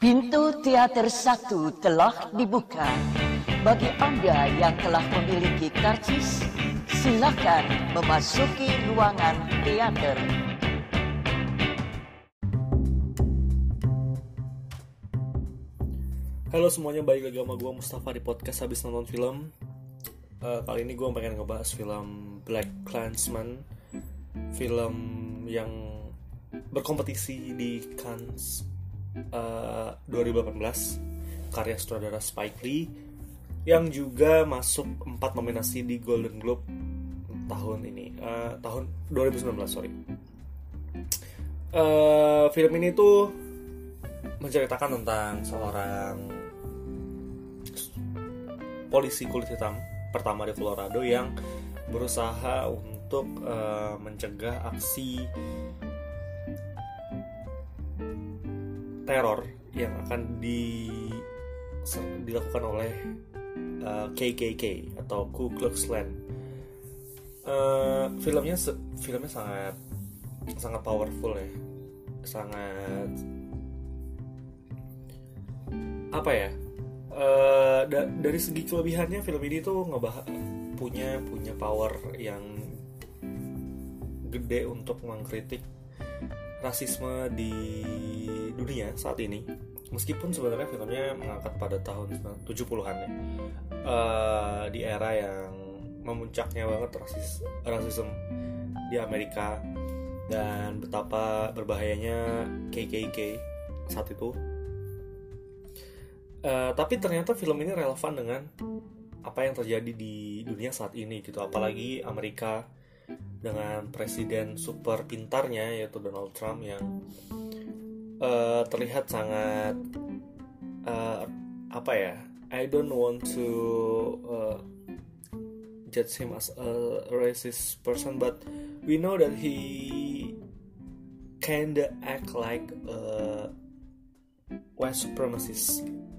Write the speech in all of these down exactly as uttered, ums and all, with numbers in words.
Pintu teater satu telah dibuka. Bagi Anda yang telah memiliki karcis, silakan memasuki ruangan teater. Halo semuanya, balik lagi sama gue Mustafa di podcast habis nonton film. uh, Kali ini gue pengen ngebahas film Black Klansman, film yang berkompetisi di Cannes uh, dua ribu delapan belas, karya sutradara Spike Lee, yang juga masuk empat nominasi di Golden Globe tahun ini, uh, tahun dua ribu sembilan belas sorry. Uh, film ini tuh menceritakan tentang seorang polisi kulit hitam pertama di Colorado yang berusaha untuk uh, mencegah aksi teror yang akan di, dilakukan oleh uh, K K K atau Ku Klux Klan. Uh, filmnya filmnya sangat sangat powerful ya, sangat apa ya? Uh, da- dari segi kelebihannya film ini tuh ngebahas punya punya power yang gede untuk mengkritik rasisme di dunia saat ini. Meskipun sebenarnya filmnya mengangkat pada tahun tujuh puluhan ya, uh, di era yang memuncaknya banget rasis rasisme di Amerika dan betapa berbahayanya K K K saat itu. Uh, tapi ternyata film ini relevan dengan apa yang terjadi di dunia saat ini gitu, apalagi Amerika dengan presiden super pintarnya yaitu Donald Trump yang uh, terlihat sangat uh, apa ya, I don't want to uh, judge him as a racist person, but we know that he kinda act like a white supremacist,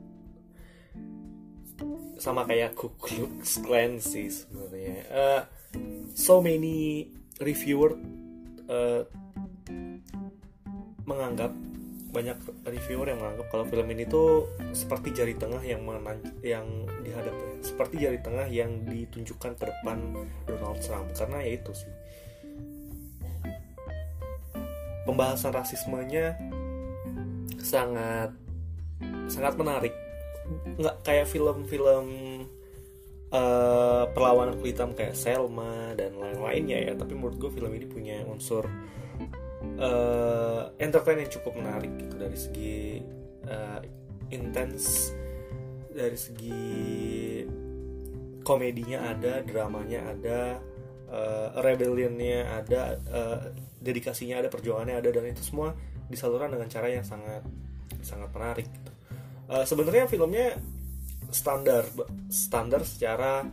sama kayak Ku Klux Klan sih sebenarnya. Uh, so many reviewer uh, menganggap banyak reviewer yang menganggap kalau film ini tuh seperti jari tengah yang menan- yang dihadap seperti jari tengah yang ditunjukkan ke depan Donald Trump, karena ya itu sih, pembahasan rasismenya sangat sangat menarik. Nggak kayak film-film uh, perlawanan kulit hitam kayak Selma dan lain-lainnya ya, tapi menurut gue film ini punya unsur uh, entertain yang cukup menarik gitu, dari segi uh, intens, dari segi komedinya ada, dramanya ada, uh, rebellionnya ada, uh, dedikasinya ada, perjuangannya ada, dan itu semua disalurkan dengan cara yang sangat sangat menarik gitu. Uh, sebenarnya filmnya standar standar secara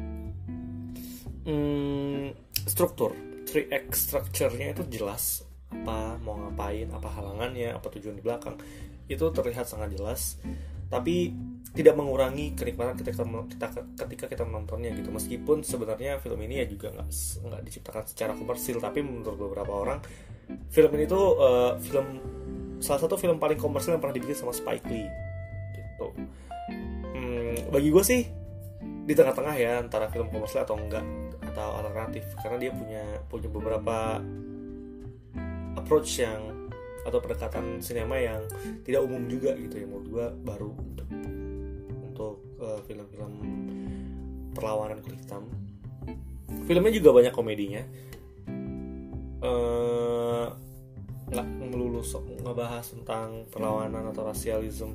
hmm, struktur, three act structure-nya itu jelas, apa mau ngapain, apa halangannya, apa tujuan di belakang, itu terlihat sangat jelas, tapi tidak mengurangi kenikmatan ketika kita ketika kita menontonnya gitu. Meskipun sebenarnya film ini ya juga nggak nggak diciptakan secara komersil, tapi menurut beberapa orang film ini tuh uh, film salah satu film paling komersil yang pernah dibikin sama Spike Lee gitu. Hmm, bagi gue sih di tengah-tengah ya, antara film komersil atau enggak, atau alternatif, karena dia punya punya beberapa approach yang atau pendekatan sinema yang tidak umum juga gitu ya, menurut gue baru untuk untuk uh, film-film perlawanan kulit hitam. Filmnya juga banyak komedinya, uh, nggak melulu sok ngebahas tentang perlawanan atau rasialisme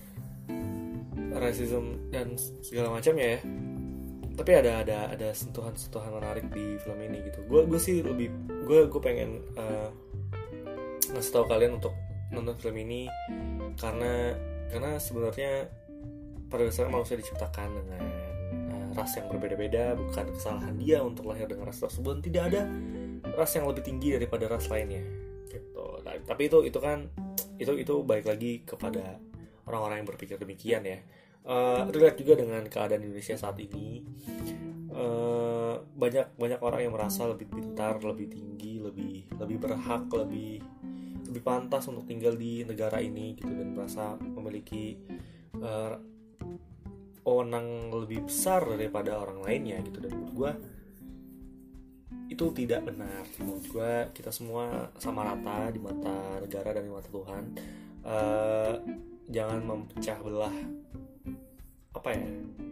rasisme dan segala macamnya ya, tapi ada ada ada sentuhan-sentuhan menarik di film ini gitu. Gue gue sih lebih gue gue pengen uh, ngasih tahu kalian untuk nonton film ini, karena karena sebenarnya pada dasarnya manusia diciptakan dengan uh, ras yang berbeda-beda, bukan kesalahan dia untuk lahir dengan ras tersebut. Tidak ada ras yang lebih tinggi daripada ras lainnya gitu. Nah, tapi itu itu kan itu itu balik lagi kepada orang-orang yang berpikir demikian ya. Uh, relate juga dengan keadaan Indonesia saat ini. Uh, banyak banyak orang yang merasa lebih pintar, lebih tinggi, lebih lebih berhak, lebih lebih lebih pantas untuk tinggal di negara ini gitu, dan merasa memiliki uh, wewenang lebih besar daripada orang lainnya gitu. Dan menurut gue itu tidak benar. Menurut gue kita semua sama rata di mata negara dan di mata Tuhan. Uh, jangan memecah belah apa ya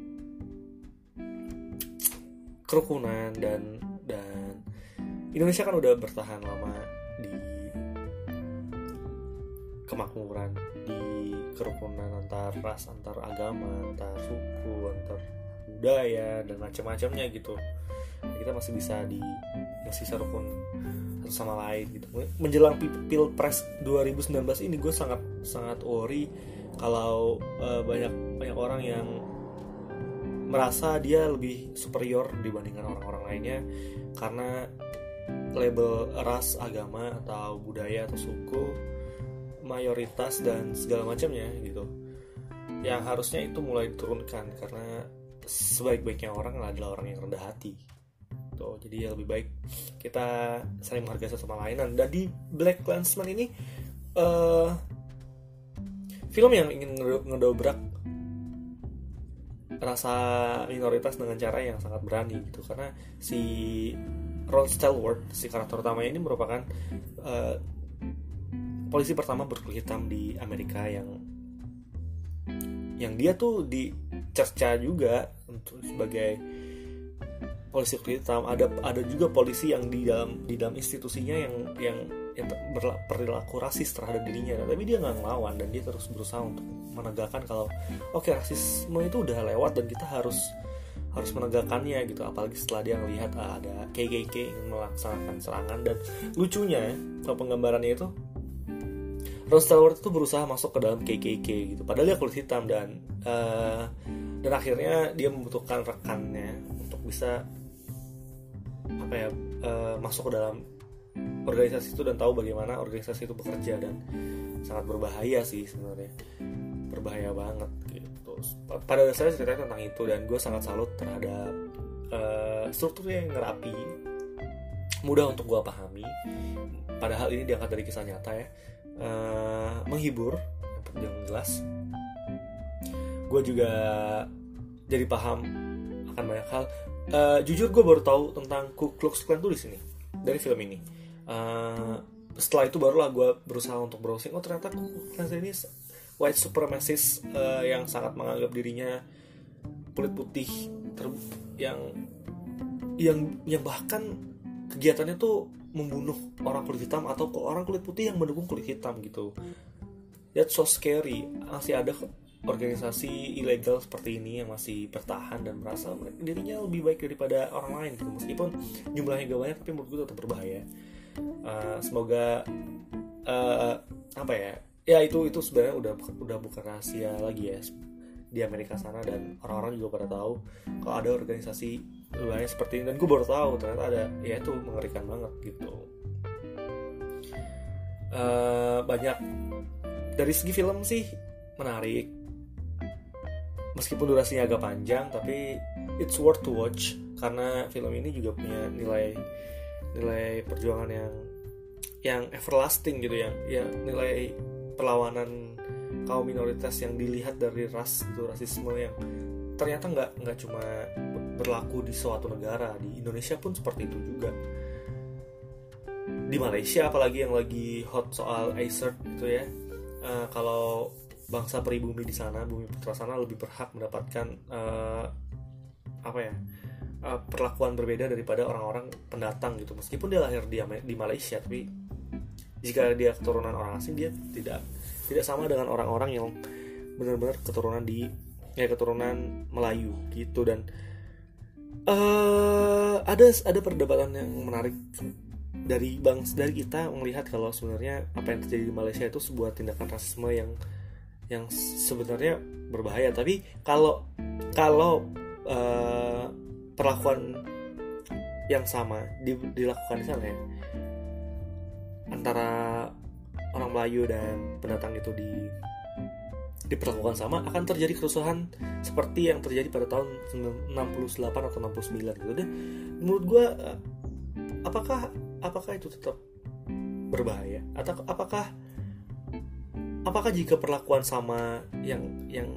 kerukunan, dan dan Indonesia kan udah bertahan lama di kemakmuran, di kerukunan antar ras, antar agama, antar suku, antar budaya dan macam-macamnya gitu. Kita masih bisa di masih bisa rukun satu sama lain gitu. Menjelang Pilpres dua ribu sembilan belas ini gue sangat sangat worry kalau uh, banyak banyak orang yang merasa dia lebih superior dibandingkan orang-orang lainnya karena label ras, agama, atau budaya atau suku, mayoritas dan segala macamnya gitu. Yang harusnya itu mulai diturunkan, karena sebaik-baiknya orang adalah orang yang rendah hati. Tuh, jadi ya lebih baik kita saling menghargai satu sama lain. Dan di Black Klansman ini uh, film yang ingin ngedobrak rasa minoritas dengan cara yang sangat berani gitu, karena si Rod Stewart, si karakter utamanya ini merupakan uh, polisi pertama berkulit hitam di Amerika yang yang dia tuh dicerca juga untuk sebagai polisi kulit hitam. Ada ada juga polisi yang di dalam di dalam institusinya yang yang yang berperilaku rasis terhadap dirinya, tapi dia nggak ngelawan dan dia terus berusaha untuk menegakkan kalau oke okay, rasisme itu udah lewat dan kita harus harus menegakkannya gitu. Apalagi setelah dia melihat ah, ada K K K yang melaksanakan serangan. Dan lucunya kalau penggambarannya itu Ron Stewart itu berusaha masuk ke dalam K K K gitu, padahal dia kulit hitam, dan uh, dan akhirnya dia membutuhkan rekannya untuk bisa apa ya uh, masuk ke dalam organisasi itu dan tahu bagaimana organisasi itu bekerja. Dan sangat berbahaya sih sebenarnya, berbahaya banget gitu. Pada dasarnya ceritanya tentang itu, dan gue sangat salut terhadap uh, strukturnya yang rapi, mudah untuk gue pahami, padahal ini diangkat dari kisah nyata ya. Uh, menghibur yang jelas. Gue juga jadi paham akan banyak hal. Uh, jujur gue baru tahu tentang Ku Klux Klan tuh di sini dari film ini. Uh, setelah itu barulah gue berusaha untuk browsing. Oh ternyata Ku Klux Klan ini white supremacist uh, yang sangat menganggap dirinya kulit putih ter- yang yang yang bahkan kegiatannya tuh membunuh orang kulit hitam atau orang kulit putih yang mendukung kulit hitam gitu. That's so scary. Masih ada organisasi ilegal seperti ini yang masih bertahan dan merasa dirinya lebih baik daripada orang lain gitu. Meskipun jumlahnya gak banyak, tapi menurut gue tetap berbahaya. Uh, semoga uh, apa ya? Ya itu itu sebenarnya udah udah bukan rahasia lagi ya di Amerika sana, dan orang-orang juga pada tahu kalau ada organisasi banyak seperti ini. Dan gue baru tahu ternyata ada, ya itu mengerikan banget gitu. Uh, banyak dari segi film sih menarik, meskipun durasinya agak panjang, tapi it's worth to watch karena film ini juga punya nilai nilai perjuangan yang yang everlasting gitu, yang yang nilai perlawanan kaum minoritas yang dilihat dari ras itu, rasisme yang ternyata nggak nggak cuma berlaku di suatu negara, di Indonesia pun seperti itu juga, di Malaysia apalagi yang lagi hot soal A-cert gitu ya. Uh, kalau bangsa pribumi di sana, bumi putra sana lebih berhak mendapatkan uh, apa ya uh, perlakuan berbeda daripada orang-orang pendatang gitu, meskipun dia lahir di, di Malaysia, tapi jika dia keturunan orang asing dia tidak tidak sama dengan orang-orang yang benar-benar keturunan di ya keturunan Melayu gitu. Dan uh, ada ada perdebatan yang menarik dari bang dari kita melihat kalau sebenarnya apa yang terjadi di Malaysia itu sebuah tindakan rasisme yang yang sebenarnya berbahaya. Tapi kalau kalau uh, perlakuan yang sama di, dilakukan di sana ya, antara orang Melayu dan pendatang itu di diperlakukan sama, akan terjadi kerusuhan seperti yang terjadi pada tahun enam puluh delapan atau enam puluh sembilan gitu deh. Menurut gue apakah apakah itu tetap berbahaya? Atau apakah apakah jika perlakuan sama yang yang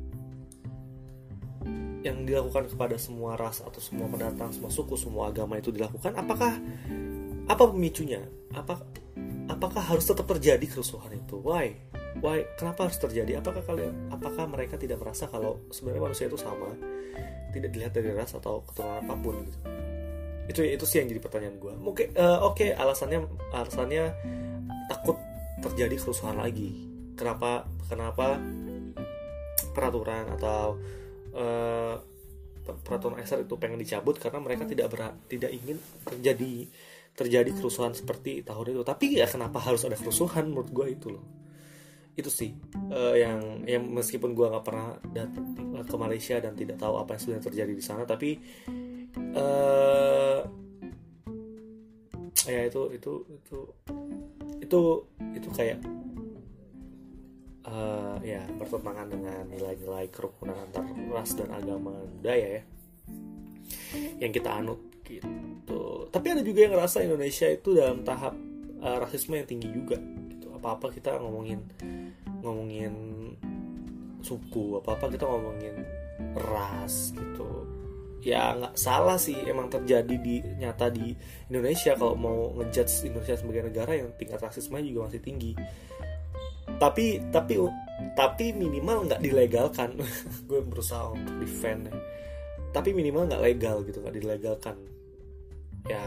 yang dilakukan kepada semua ras atau semua pendatang, semua suku, semua agama itu dilakukan, apakah apa pemicunya? Apa apakah harus tetap terjadi kerusuhan itu? Why? Why? Kenapa harus terjadi? Apakah kalian apakah mereka tidak merasa kalau sebenarnya manusia itu sama, tidak dilihat dari ras atau keturunan apapun gitu? Itu itu sih yang jadi pertanyaan gue. Mungkin uh, oke okay, alasannya alasannya takut terjadi kerusuhan lagi. Kenapa kenapa peraturan atau uh, peraturan Acer itu pengen dicabut karena mereka tidak ber, tidak ingin terjadi terjadi kerusuhan seperti tahun itu. Tapi ya kenapa harus ada kerusuhan, menurut gue itu loh. Itu sih uh, yang yang meskipun gue nggak pernah datang ke Malaysia dan tidak tahu apa yang sebenarnya terjadi di sana, tapi uh, ya itu itu itu itu itu kayak uh, ya bertentangan dengan nilai-nilai kerukunan antar ras dan agama budaya ya yang kita anut gitu. Tapi ada juga yang ngerasa Indonesia itu dalam tahap uh, rasisme yang tinggi juga gitu. Apa-apa kita ngomongin ngomongin suku, apa-apa kita ngomongin ras gitu. Ya nggak salah sih, emang terjadi di nyata di Indonesia. Kalau mau ngejudge Indonesia sebagai negara yang tingkat rasisme juga masih tinggi, tapi tapi tapi minimal nggak dilegalkan. Gue berusaha untuk defend, tapi minimal nggak legal gitu, nggak dilegalkan. Ya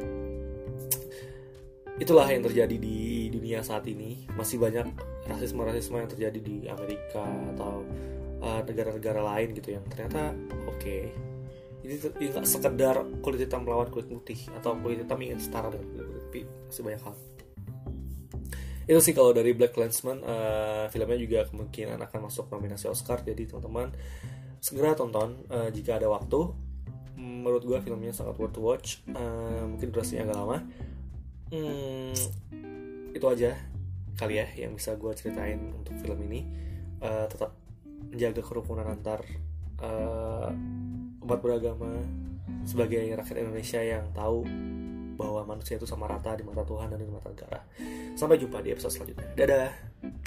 itulah yang terjadi di dunia saat ini. Masih banyak rasisme-rasisme yang terjadi di Amerika atau uh, negara-negara lain gitu yang ternyata oke. Okay, ini nggak sekedar kulit hitam melawan kulit putih atau kulit hitam ingin setara dengan kulit putih, tapi masih banyak hal. Itu sih kalau dari Black Klansman. Uh, filmnya juga kemungkinan akan masuk nominasi Oscar, jadi teman-teman segera tonton uh, jika ada waktu. Menurut gue filmnya sangat worth to watch. Uh, mungkin durasinya agak lama. Hmm, itu aja kali ya yang bisa gue ceritain untuk film ini. Uh, tetap menjaga kerukunan antar uh, umat beragama sebagai rakyat Indonesia yang tahu bahwa manusia itu sama rata di mata Tuhan dan di mata negara. Sampai jumpa di episode selanjutnya. Dadah.